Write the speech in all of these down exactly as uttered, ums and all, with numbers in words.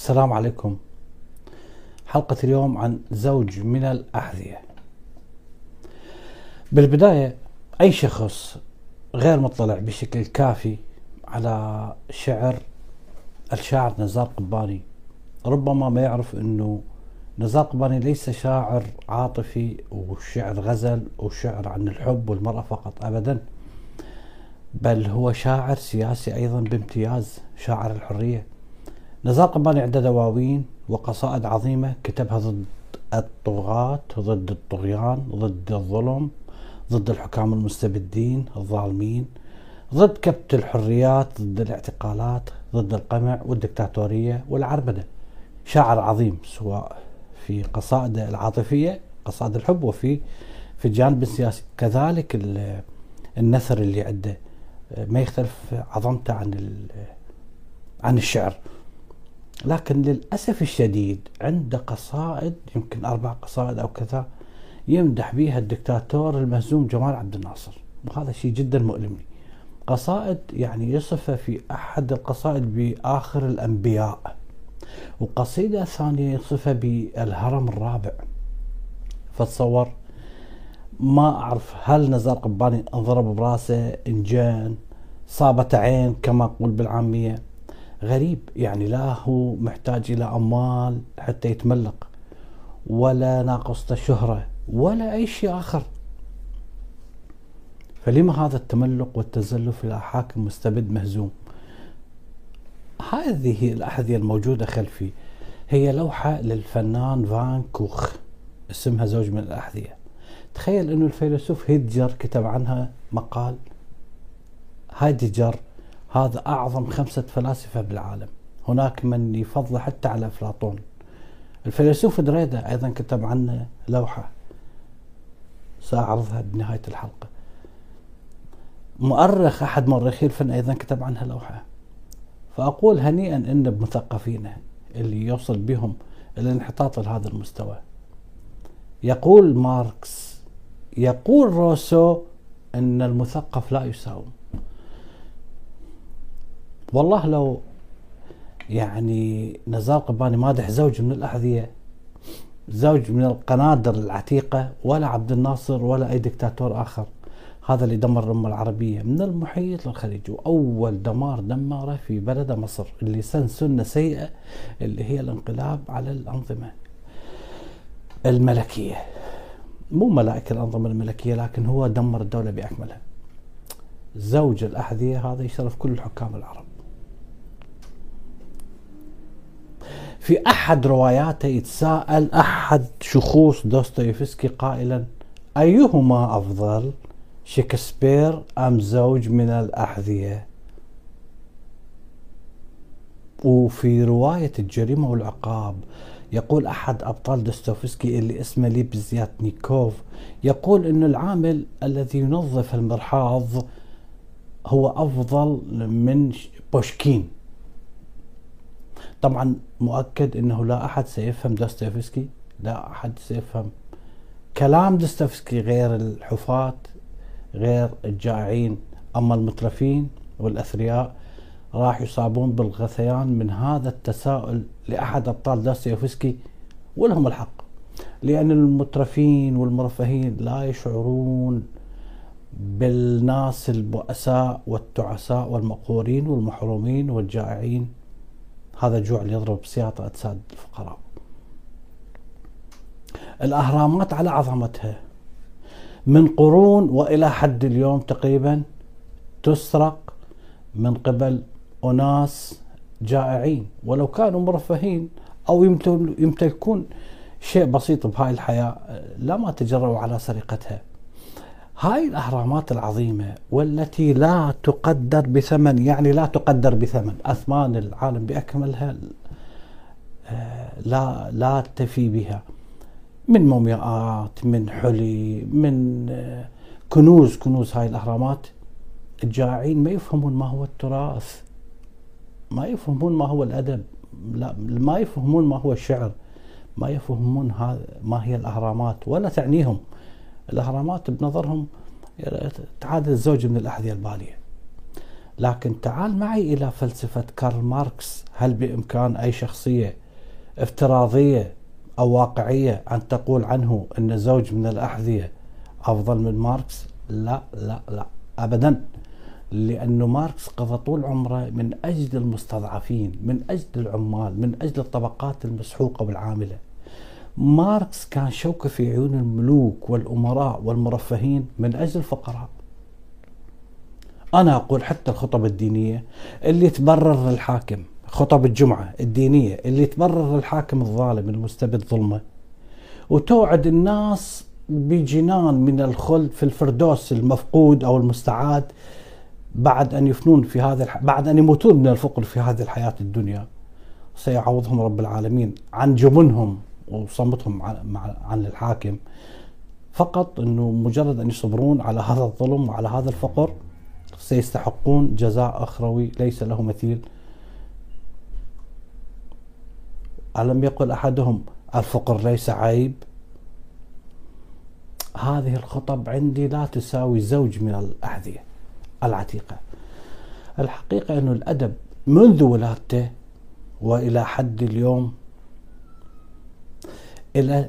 السلام عليكم. حلقة اليوم عن زوج من الأحذية. بالبداية أي شخص غير مطلع بشكل كافي على شعر الشاعر نزار قباني ربما ما يعرف أنه نزار قباني ليس شاعر عاطفي وشعر غزل وشعر عن الحب والمرأة فقط أبدا، بل هو شاعر سياسي أيضا بامتياز، شاعر الحرية. نزار قباني عنده دواوين وقصائد عظيمة كتبها ضد الطغاة، ضد الطغيان، ضد الظلم، ضد الحكام المستبدين الظالمين، ضد كبت الحريات، ضد الاعتقالات، ضد القمع والدكتاتورية والعربدة. شاعر عظيم سواء في قصائده العاطفية، قصائد الحب، وفي في الجانب السياسي كذلك. النثر اللي عنده ما يختلف عظمته عن عن الشعر، لكن للأسف الشديد عنده قصائد يمكن أربع قصائد أو كذا يمدح بها الدكتاتور المهزوم جمال عبد الناصر، وهذا شيء جدا مؤلمني. قصائد يعني يصفها في أحد القصائد بآخر الأنبياء، وقصيدة ثانية يصفها بالهرم الرابع. فتصور، ما أعرف هل نزار قباني انضرب براسه، انجان، صابت عين كما نقول بالعامية. غريب، يعني لا هو محتاج إلى أموال حتى يتملق، ولا ناقصته شهرة، ولا أي شيء آخر، فلما هذا التملق والتزلف إلى حاكم مستبد مهزوم؟ هذه الأحذية الموجودة خلفي هي لوحة للفنان فان كوخ اسمها زوج من الأحذية. تخيل أنه الفيلسوف هيدجر كتب عنها مقال. هيدجر هذا أعظم خمسة فلاسفة بالعالم، هناك من يفضل حتى على أفلاطون. الفيلسوف دريدة أيضا كتب عنه لوحة سأعرضها بنهاية الحلقة. مؤرخ أحد مؤرخي الفن أيضا كتب عنها لوحة. فأقول هنيئا إن بمثقفينا اللي يوصل بهم إلى الانحطاط لهذا المستوى. يقول ماركس، يقول روسو أن المثقف لا يساوم. والله لو يعني نزار قباني مادح زوج من الأحذية، زوج من القنادر العتيقة، ولا عبد الناصر ولا أي دكتاتور آخر، هذا اللي دمر الأمة العربية من المحيط للخليج، وأول دمار دمره في بلد مصر اللي سن سنة سيئة اللي هي الانقلاب على الأنظمة الملكية. مو ملائكة الأنظمة الملكية، لكن هو دمر الدولة بأكملها. زوج الأحذية هذا يشرف كل الحكام العرب. في أحد رواياته يتساءل أحد شخوص دوستويفسكي قائلا: أيهما أفضل، شكسبير أم زوج من الأحذية؟ وفي رواية الجريمة والعقاب يقول أحد أبطال دوستويفسكي اللي اسمه ليبزياتنيكوف، يقول أن العامل الذي ينظف المرحاض هو أفضل من بوشكين. طبعا مؤكد أنه لا أحد سيفهم دوستويفسكي، لا أحد سيفهم كلام دوستويفسكي غير الحفاة، غير الجائعين. أما المترفين والأثرياء راح يصابون بالغثيان من هذا التساؤل لأحد أبطال دوستويفسكي، ولهم الحق، لأن المترفين والمرفهين لا يشعرون بالناس البؤساء والتعساء والمقهورين والمحرومين والجائعين. هذا جوع اللي يضرب بسياطة أجساد الفقراء. الأهرامات على عظمتها من قرون وإلى حد اليوم تقريبا تسرق من قبل أناس جائعين، ولو كانوا مرفهين أو يمتلكون شيء بسيط بهاي الحياة لما تجرؤوا على سرقتها. هاي الأهرامات العظيمة والتي لا تقدر بثمن، يعني لا تقدر بثمن، أثمان العالم بأكملها لا لا تفي بها، من مومياءات، من حلي، من كنوز كنوز هاي الأهرامات. الجائعين ما يفهمون ما هو التراث، ما يفهمون ما هو الأدب، لا ما يفهمون ما هو الشعر، ما يفهمون ما هي الأهرامات، ولا تعنيهم الأهرامات. بنظرهم تعادل الزوج من الأحذية البالية. لكن تعال معي إلى فلسفة كارل ماركس. هل بإمكان أي شخصية افتراضية أو واقعية أن تقول عنه أن زوج من الأحذية أفضل من ماركس؟ لا لا لا أبدا، لأنه ماركس قضى طول عمره من أجل المستضعفين، من أجل العمال، من أجل الطبقات المسحوقة والعاملة. ماركس كان شوكة في عيون الملوك والأمراء والمرفهين من أجل الفقراء. أنا أقول حتى الخطب الدينية اللي تبرر للحاكم، خطب الجمعة الدينية اللي تبرر للحاكم الظالم المستبد ظلمه، وتوعد الناس بجنان من الخلد في الفردوس المفقود أو المستعاد بعد أن يفنون في هذا الح... بعد أن يموتون من الفقر في هذه الحياة الدنيا. سيعوضهم رب العالمين عن جبنهم وصمتهم عن... عن الحاكم، فقط أنه مجرد أن يصبرون على هذا الظلم وعلى هذا الفقر سيستحقون جزاء أخروي ليس له مثيل. ألم يقل أحدهم الفقر ليس عيب؟ هذه الخطب عندي لا تساوي زوج من الأحذية العتيقة. الحقيقة أنه الأدب منذ ولادته وإلى حد اليوم إلى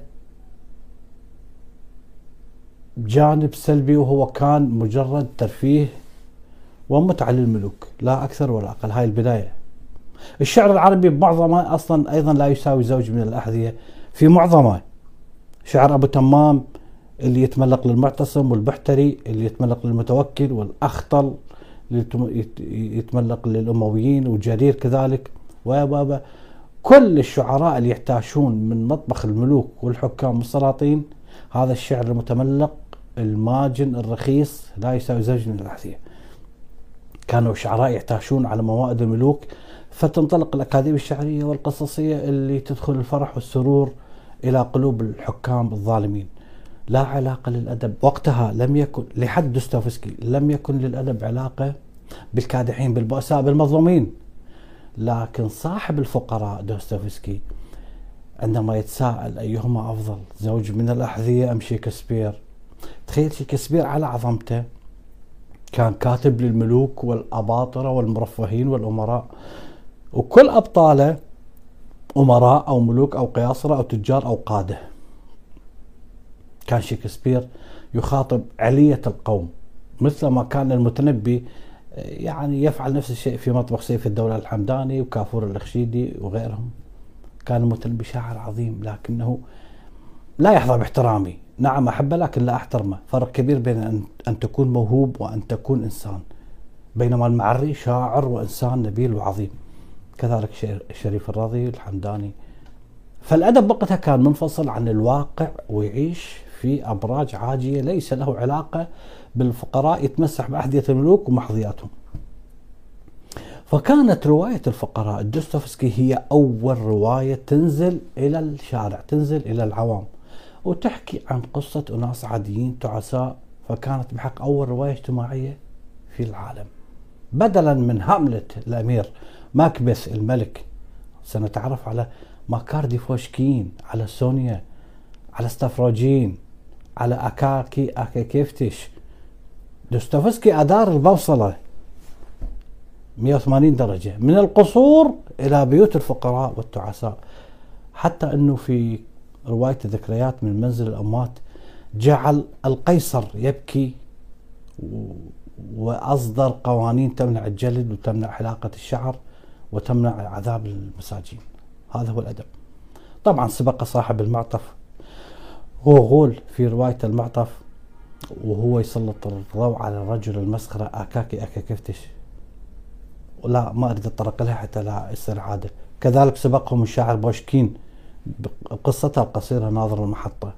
جانب سلبي، وهو كان مجرد ترفيه ومتعة للملوك لا أكثر ولا أقل. هاي البداية. الشعر العربي بمعظمه أصلا أيضا لا يساوي زوج من الأحذية في معظمه. شعر أبو تمام اللي يتملق للمعتصم، والبحتري اللي يتملق للمتوكل، والأخطل اللي يتملق للأمويين، وجرير كذلك، و كل الشعراء اللي يحتاشون من مطبخ الملوك والحكام والسلاطين. هذا الشعر المتملق الماجن الرخيص لا يساوي زوج من الأحذية. كانوا شعراء يحتاشون على موائد الملوك، فتنطلق الأكاذيب الشعرية والقصصية اللي تدخل الفرح والسرور إلى قلوب الحكام الظالمين. لا علاقة للأدب وقتها، لم يكن لحد دوستويفسكي لم يكن للأدب علاقة بالكادحين بالبؤساء بالمظلومين. لكن صاحب الفقراء دوستويفسكي عندما يتساءل أيهما أفضل، زوج من الأحذية أم شكسبير؟ تخيل شكسبير على عظمته كان كاتب للملوك والأباطرة والمرفهين والأمراء، وكل أبطاله أمراء أو ملوك أو قياصرة أو تجار أو قادة. كان شكسبير يخاطب علية القوم، مثل ما كان المتنبي يعني يفعل نفس الشيء في مطبخ سيف الدولة الحمداني وكافور الأخشيدي وغيرهم. كان المتنبي شاعر عظيم، لكنه لا يحظى باحترامي. نعم أحبه لكن لا أحترمه. فرق كبير بين أن تكون موهوب وأن تكون إنسان، بينما المعري شاعر وإنسان نبيل وعظيم، كذلك الشريف الرضي الحمداني. فالأدب وقتها كان منفصل عن الواقع ويعيش في أبراج عاجية ليس له علاقة بالفقراء يتمسح بأحذية الملوك ومحظياتهم. فكانت رواية الفقراء دوستويفسكي هي أول رواية تنزل إلى الشارع، تنزل إلى العوام، وتحكي عن قصة أناس عاديين تعساء. فكانت بحق أول رواية اجتماعية في العالم، بدلا من هاملت الأمير، ماكبث الملك. سنتعرف على ماكاردي فوشكين، على سونيا، على ستافروجين، على أكاكي أكاكيفتش. دوستويفسكي أدار البوصلة مئة وثمانين درجة من القصور إلى بيوت الفقراء والتعساء، حتى أنه في رواية ذكريات من منزل الأموات جعل القيصر يبكي وأصدر قوانين تمنع الجلد وتمنع حلاقة الشعر وتمنع عذاب المساجين. هذا هو الأدب. طبعا سبق صاحب المعطف هو غول في رواية المعطف وهو يسلط الضوء على الرجل المسخرة أكاكي أكاكفتش، ولا ما أريد أتطرق لها حتى لا يصير عادة. كذلك سبقهم الشاعر بوشكين بقصته القصيرة ناظر المحطة.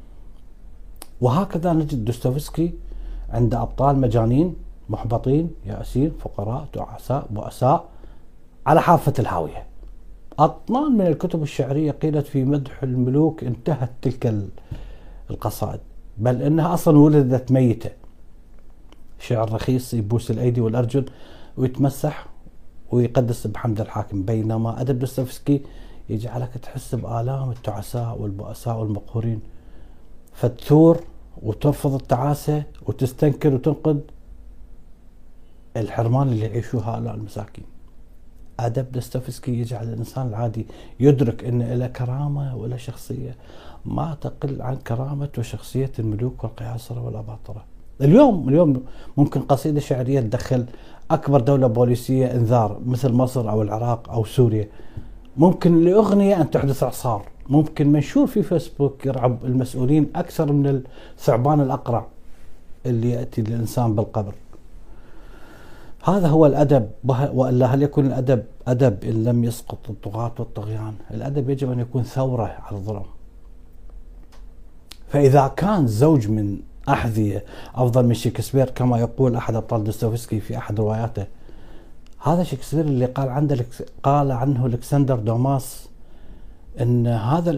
وهكذا نجد دوستويفسكي عند أبطال مجانين محبطين يائسين فقراء تعساء بؤساء على حافة الهاوية. أطنان من الكتب الشعرية قيلت في مدح الملوك انتهت تلك القصائد، بل إنها أصلا ولدت ميتة. شعر رخيص يبوس الأيدي والأرجل ويتمسح ويقدس بحمد الحاكم، بينما أدب دوستويفسكي يجعلك تحس بآلام التعساء والبؤساء والمقهورين، فتثور وترفض التعاسة وتستنكر وتنقد الحرمان اللي يعيشوه هؤلاء المساكين. أدب دوستويفسكي يجعل الإنسان العادي يدرك أن له كرامة ولا شخصية ما تقل عن كرامة وشخصية الملوك والقياصرة والأباطرة. اليوم اليوم ممكن قصيدة شعرية تدخل أكبر دولة بوليسية إنذار مثل مصر أو العراق أو سوريا، ممكن لأغنية أن تحدث إعصار، ممكن منشور في فيسبوك يرعب المسؤولين أكثر من الثعبان الأقرع اللي يأتي للإنسان بالقبر. هذا هو الأدب، وإلا هل يكون الأدب أدب إن لم يسقط الطغاة والطغيان؟ الأدب يجب أن يكون ثورة على الظلم. فإذا كان زوج من أحذية أفضل من شكسبير كما يقول أحد أبطال دوستويفسكي في أحد رواياته، هذا شكسبير اللي قال عنده قال عنه الكسندر دوماس أن هذا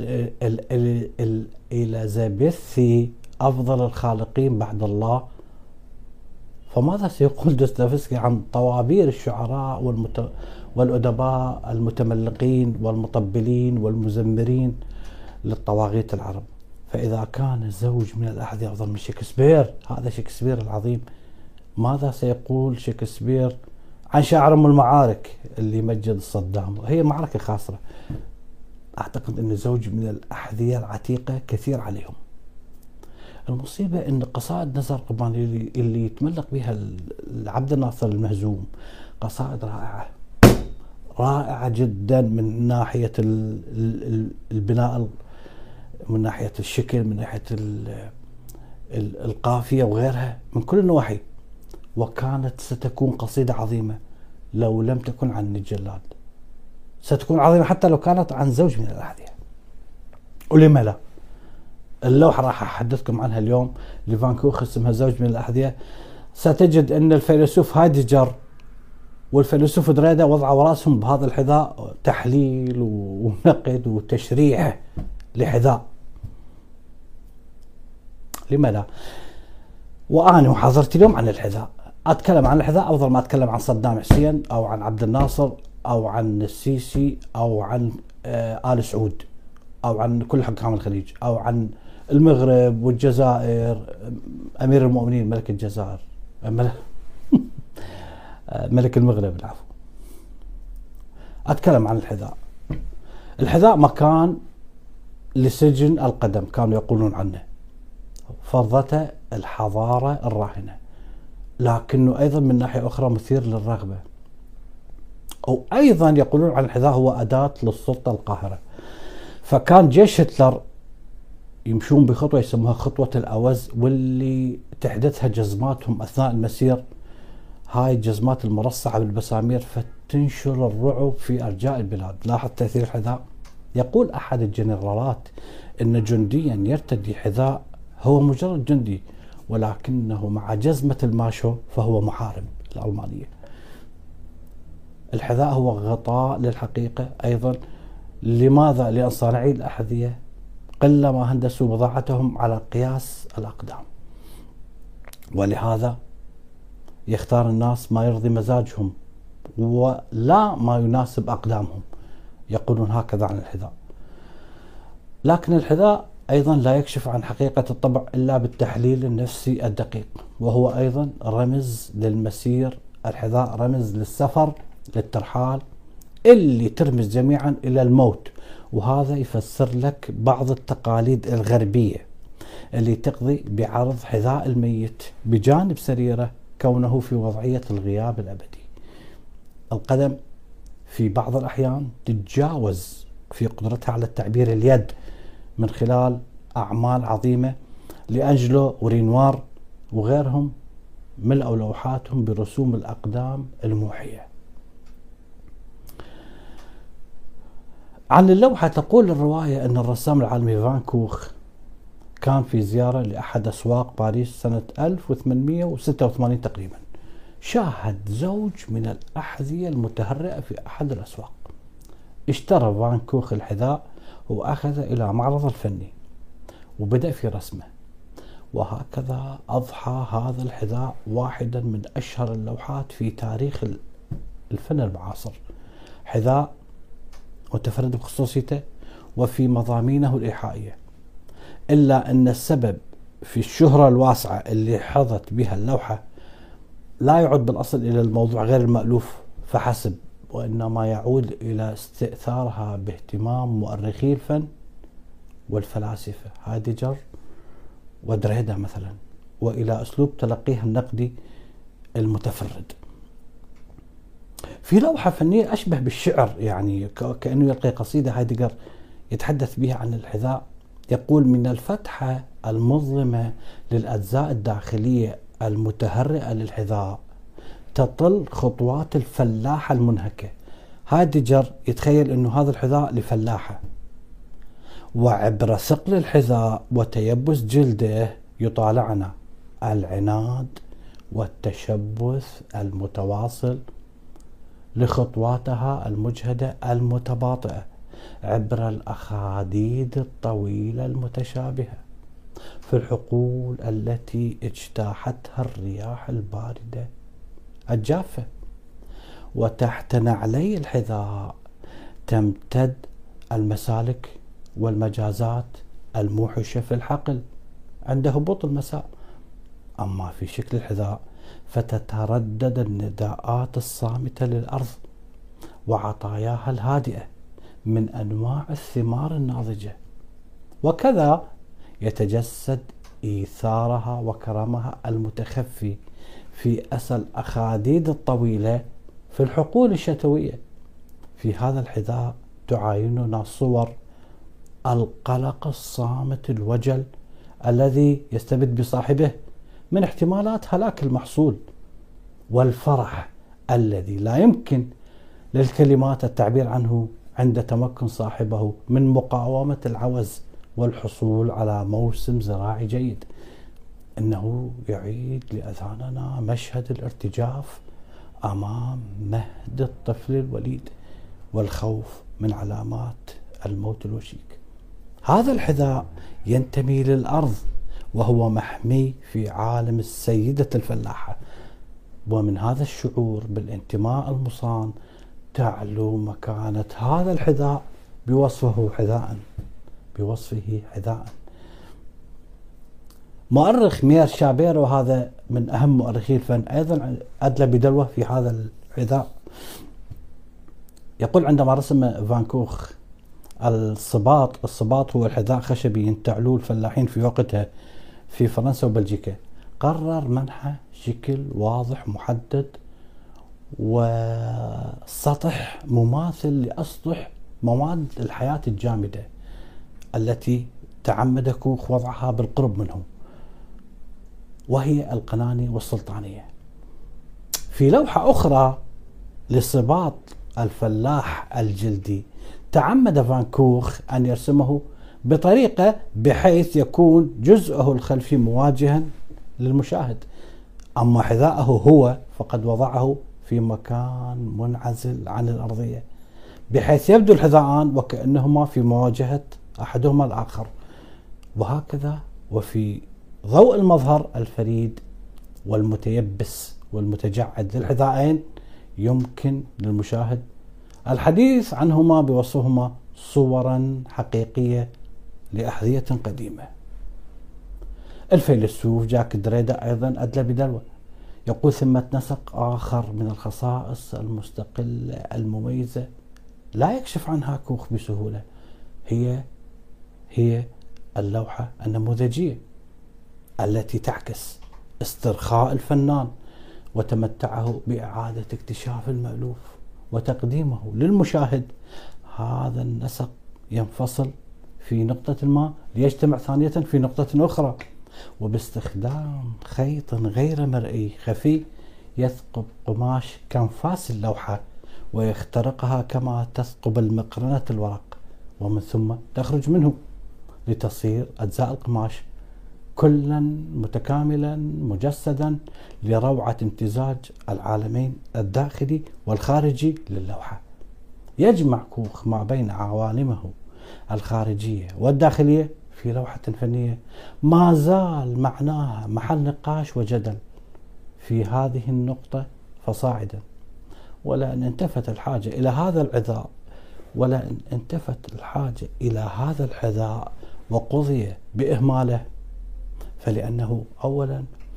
الإليزابيثي أفضل الخالقين بعد الله. فماذا سيقول دوستويفسكي عن طوابير الشعراء والمت... والأدباء المتملقين والمطبلين والمزمرين للطواغيت العرب؟ فإذا كان الزوج من الأحذية أفضل من شكسبير، هذا شكسبير العظيم، ماذا سيقول شكسبير عن شاعر أم المعارك اللي مجد صدام؟ هي معركة خاسرة. أعتقد أن الزوج من الأحذية العتيقة كثير عليهم. المصيبة أن قصائد نزار قباني اللي, اللي يتملق بها عبد الناصر المهزوم قصائد رائعة رائعة جدا من ناحية البناء، من ناحية الشكل، من ناحية القافية وغيرها من كل النواحي، وكانت ستكون قصيدة عظيمة لو لم تكن عن الجلاد. ستكون عظيمة حتى لو كانت عن زوج من الأحذية. ولما لا؟ اللوحة راح أحدثكم عنها اليوم لفان كوخ اسمها زوج من الأحذية. ستجد أن الفيلسوف هايدجر والفيلسوف دريدا وضعوا راسهم بهذا الحذاء تحليل ونقد وتشريح لحذاء. لما لا؟ وأنا محاضرتي اليوم عن الحذاء، أتكلم عن الحذاء أفضل ما أتكلم عن صدام حسين أو عن عبد الناصر أو عن السيسي أو عن آه آل سعود أو عن كل حكام الخليج أو عن المغرب والجزائر، أمير المؤمنين ملك الجزائر ملك المغرب العفو. أتكلم عن الحذاء. الحذاء مكان لسجن القدم كانوا يقولون عنه، فرضته الحضارة الراهنة، لكنه أيضا من ناحية أخرى مثير للرغبة. أو أيضا يقولون عن الحذاء هو أداة للسلطة القاهرة. فكان جيش هتلر يمشون بخطوة يسموها خطوة الأوز، واللي تحدثها جزماتهم أثناء المسير، هاي الجزمات المرصعة بالبسامير، فتنشر الرعب في أرجاء البلاد. لاحظ تأثير الحذاء. يقول أحد الجنرالات إن جنديا يرتدي حذاء هو مجرد جندي، ولكنه مع جزمة الماشو فهو محارب الألمانية. الحذاء هو غطاء للحقيقة أيضا. لماذا؟ لأن صانعي الأحذية قلما هندسوا بضاعتهم على قياس الأقدام، ولهذا يختار الناس ما يرضي مزاجهم ولا ما يناسب أقدامهم. يقولون هكذا عن الحذاء. لكن الحذاء أيضا لا يكشف عن حقيقة الطبع إلا بالتحليل النفسي الدقيق، وهو أيضا رمز للمسير. الحذاء رمز للسفر، للترحال، اللي ترمز جميعا إلى الموت. وهذا يفسر لك بعض التقاليد الغربية اللي تقضي بعرض حذاء الميت بجانب سريره كونه في وضعية الغياب الأبدي. القدم في بعض الأحيان تتجاوز في قدرتها على التعبير اليد من خلال أعمال عظيمة لأنجلو ورينوار وغيرهم، ملأوا لوحاتهم برسوم الأقدام الموحية. عن اللوحة تقول الرواية أن الرسام العالمي فان كوخ كان في زيارة لأحد أسواق باريس سنة ألف وثمانمئة وستة وثمانين تقريبا. شاهد زوج من الأحذية المتهرئة في أحد الأسواق. اشترى فان كوخ الحذاء وأخذ إلى معرض الفني وبدأ في رسمه، وهكذا أضحى هذا الحذاء واحدا من أشهر اللوحات في تاريخ الفن المعاصر. حذاء متفرد بخصوصيته وفي مضامينه الإيحائية، إلا أن السبب في الشهرة الواسعة اللي حظت بها اللوحة لا يعود بالأصل إلى الموضوع غير المألوف فحسب، وإنما يعود إلى استئثارها باهتمام مؤرخي الفن والفلاسفة هايدجر ودريدا مثلا، وإلى أسلوب تلقيها النقدي المتفرد. في لوحة فنية أشبه بالشعر، يعني كأنه يلقي قصيدة هايدجر يتحدث بها عن الحذاء، يقول: من الفتحة المظلمة للأجزاء الداخلية المتهرئة للحذاء تطل خطوات الفلاحة المنهكة. هايدجر يتخيل أنه هذا الحذاء لفلاحة، وعبر ثقل الحذاء وتيبس جلده يطالعنا العناد والتشبث المتواصل لخطواتها المجهدة المتباطئة عبر الأخاديد الطويلة المتشابهة في الحقول التي اجتاحتها الرياح الباردة الجافة. وتحت نعلي الحذاء تمتد المسالك والمجازات الموحشة في الحقل عند هبوط المساء. أما في شكل الحذاء فتتردد النداءات الصامتة للأرض وعطاياها الهادئة من أنواع الثمار الناضجة، وكذا يتجسد إيثارها وكرمها المتخفي في أسى الأخاديد الطويلة في الحقول الشتوية. في هذا الحذاء تعايننا صور القلق الصامت الوجل الذي يستبد بصاحبه من احتمالات هلاك المحصول، والفرح الذي لا يمكن للكلمات التعبير عنه عند تمكن صاحبه من مقاومة العوز والحصول على موسم زراعي جيد. إنه يعيد لأذهاننا مشهد الارتجاف أمام مهد الطفل الوليد والخوف من علامات الموت الوشيك. هذا الحذاء ينتمي للأرض وهو محمي في عالم السيدة الفلاحة، ومن هذا الشعور بالانتماء المصان تعلو مكانة هذا الحذاء بوصفه حذاء بوصفه حذاء. مؤرخ مير شابيرو، هذا من أهم مؤرخي الفن، أيضا أدلى بدلوه في هذا الحذاء. يقول: عندما رسم فان كوخ الصباط، الصباط هو الحذاء خشبي ينتعلوه الفلاحين في وقتها في فرنسا وبلجيكا، قرر منحه شكل واضح محدد وسطح مماثل لأسطح مواد الحياة الجامدة التي تعمد كوخ وضعها بالقرب منه، وهي القناني والسلطانية. في لوحة أخرى لصباط الفلاح الجلدي تعمد فان كوخ أن يرسمه بطريقة بحيث يكون جزءه الخلفي مواجها للمشاهد، أما حذاءه هو فقد وضعه في مكان منعزل عن الأرضية بحيث يبدو الحذاءان وكأنهما في مواجهة أحدهما الآخر. وهكذا وفي ضوء المظهر الفريد والمتيبس والمتجعد للحذاءين يمكن للمشاهد الحديث عنهما بوصفهما صورا حقيقية لأحذية قديمة. الفيلسوف جاك دريدا أيضا أدلى بدلوه، يقول: ثمة نسق آخر من الخصائص المستقلة المميزة لا يكشف عنها كوخ بسهولة، هي هي اللوحة النموذجية التي تعكس استرخاء الفنان وتمتعه بإعادة اكتشاف المألوف وتقديمه للمشاهد. هذا النسق ينفصل في نقطة ما ليجتمع ثانية في نقطة أخرى، وباستخدام خيط غير مرئي خفي يثقب قماش كأنفاس اللوحة ويخترقها كما تثقب المقرنة الورق، ومن ثم تخرج منه لتصير أجزاء القماش كلا متكاملا مجسدا لروعة امتزاج العالمين الداخلي والخارجي للوحة. يجمع كوخ ما بين عوالمه الخارجية والداخلية في لوحة فنية ما زال معناها محل نقاش وجدل في هذه النقطة فصاعدا. ولأن انتفت الحاجة إلى هذا العذاب ولأن انتفت الحاجة إلى هذا الحذاء وقضي بإهماله، فلأنه أولا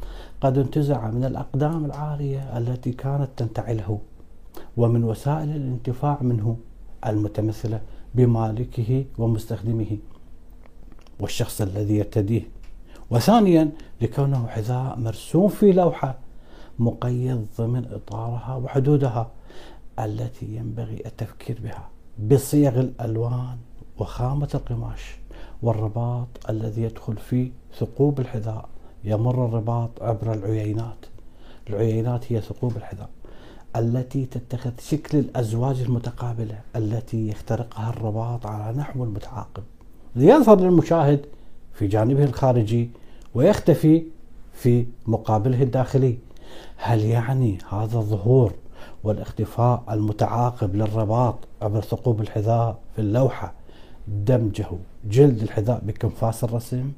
قد انتزع من الأقدام العارية التي كانت تنتعله، ومن وسائل الانتفاع منه المتمثلة بمالكه ومستخدمه والشخص الذي يرتديه. وثانيا لكونه حذاء مرسوم في لوحة مقيد ضمن إطارها وحدودها التي ينبغي التفكير بها بصيغ الألوان وخامة القماش والرباط الذي يدخل في ثقوب الحذاء. يمر الرباط عبر العيينات. العيينات هي ثقوب الحذاء التي تتخذ شكل الأزواج المتقابلة التي يخترقها الرباط على نحو المتعاقب ليظهر للمشاهد في جانبه الخارجي ويختفي في مقابله الداخلي. هل يعني هذا الظهور والاختفاء المتعاقب للرباط عبر ثقوب الحذاء في اللوحة دمجه جلد الحذاء بكنفاس الرسم؟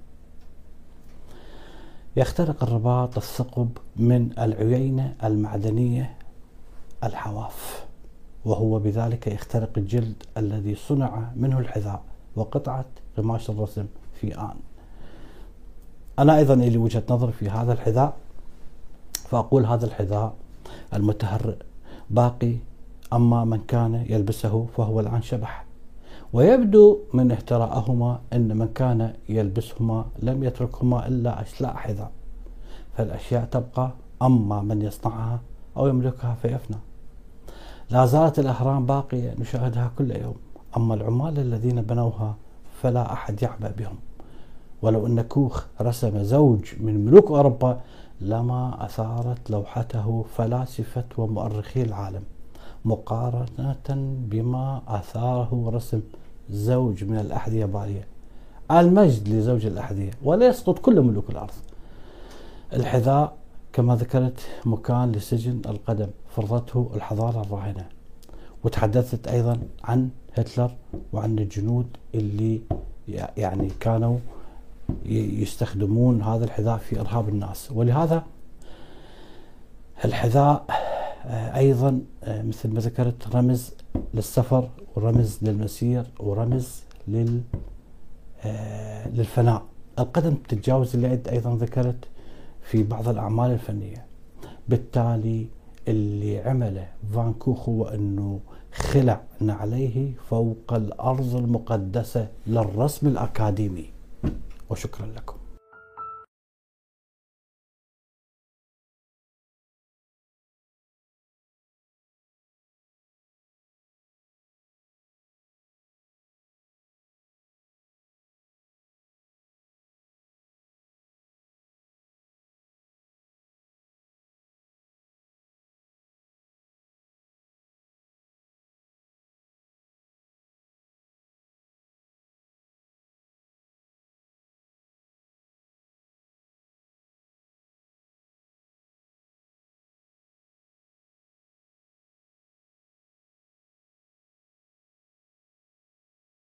يخترق الرباط الثقب من العيينة المعدنية الحواف، وهو بذلك يخترق الجلد الذي صنع منه الحذاء وقطعة قماش الرسم في آن. أنا أيضا لي وجهة نظر في هذا الحذاء، فأقول هذا الحذاء المتهرئ باقي، أما من كان يلبسه فهو الآن شبح. ويبدو من اهتراءهما أن من كان يلبسهما لم يتركهما إلا أشلاء حذاء، فالأشياء تبقى، أما من يصنعها أو يملكها فيفنى. لا زالت الأهرام باقية نشاهدها كل يوم، أما العمال الذين بنوها فلا أحد يعبأ بهم. ولو أن كوخ رسم زوج من ملوك أوروبا لما أثارت لوحته فلاسفة ومؤرخي العالم مقارنة بما أثاره رسم زوج من الأحذية بالية. المجد لزوج الأحذية ولا يسقط كل ملوك الأرض. الحذاء كما ذكرت مكان لسجن القدم فرضته الحضارة الراهنة. وتحدثت أيضا عن هتلر وعن الجنود اللي يعني كانوا يستخدمون هذا الحذاء في إرهاب الناس. ولهذا الحذاء أيضا مثل ما ذكرت رمز للسفر ورمز للمسير ورمز لل للفناء. القدم تتجاوز اليد أيضا ذكرت في بعض الأعمال الفنية. بالتالي اللي عمله فان كوخ هو أنه خلع نعليه فوق الأرض المقدسة للرسم الأكاديمي. وشكرا لكم.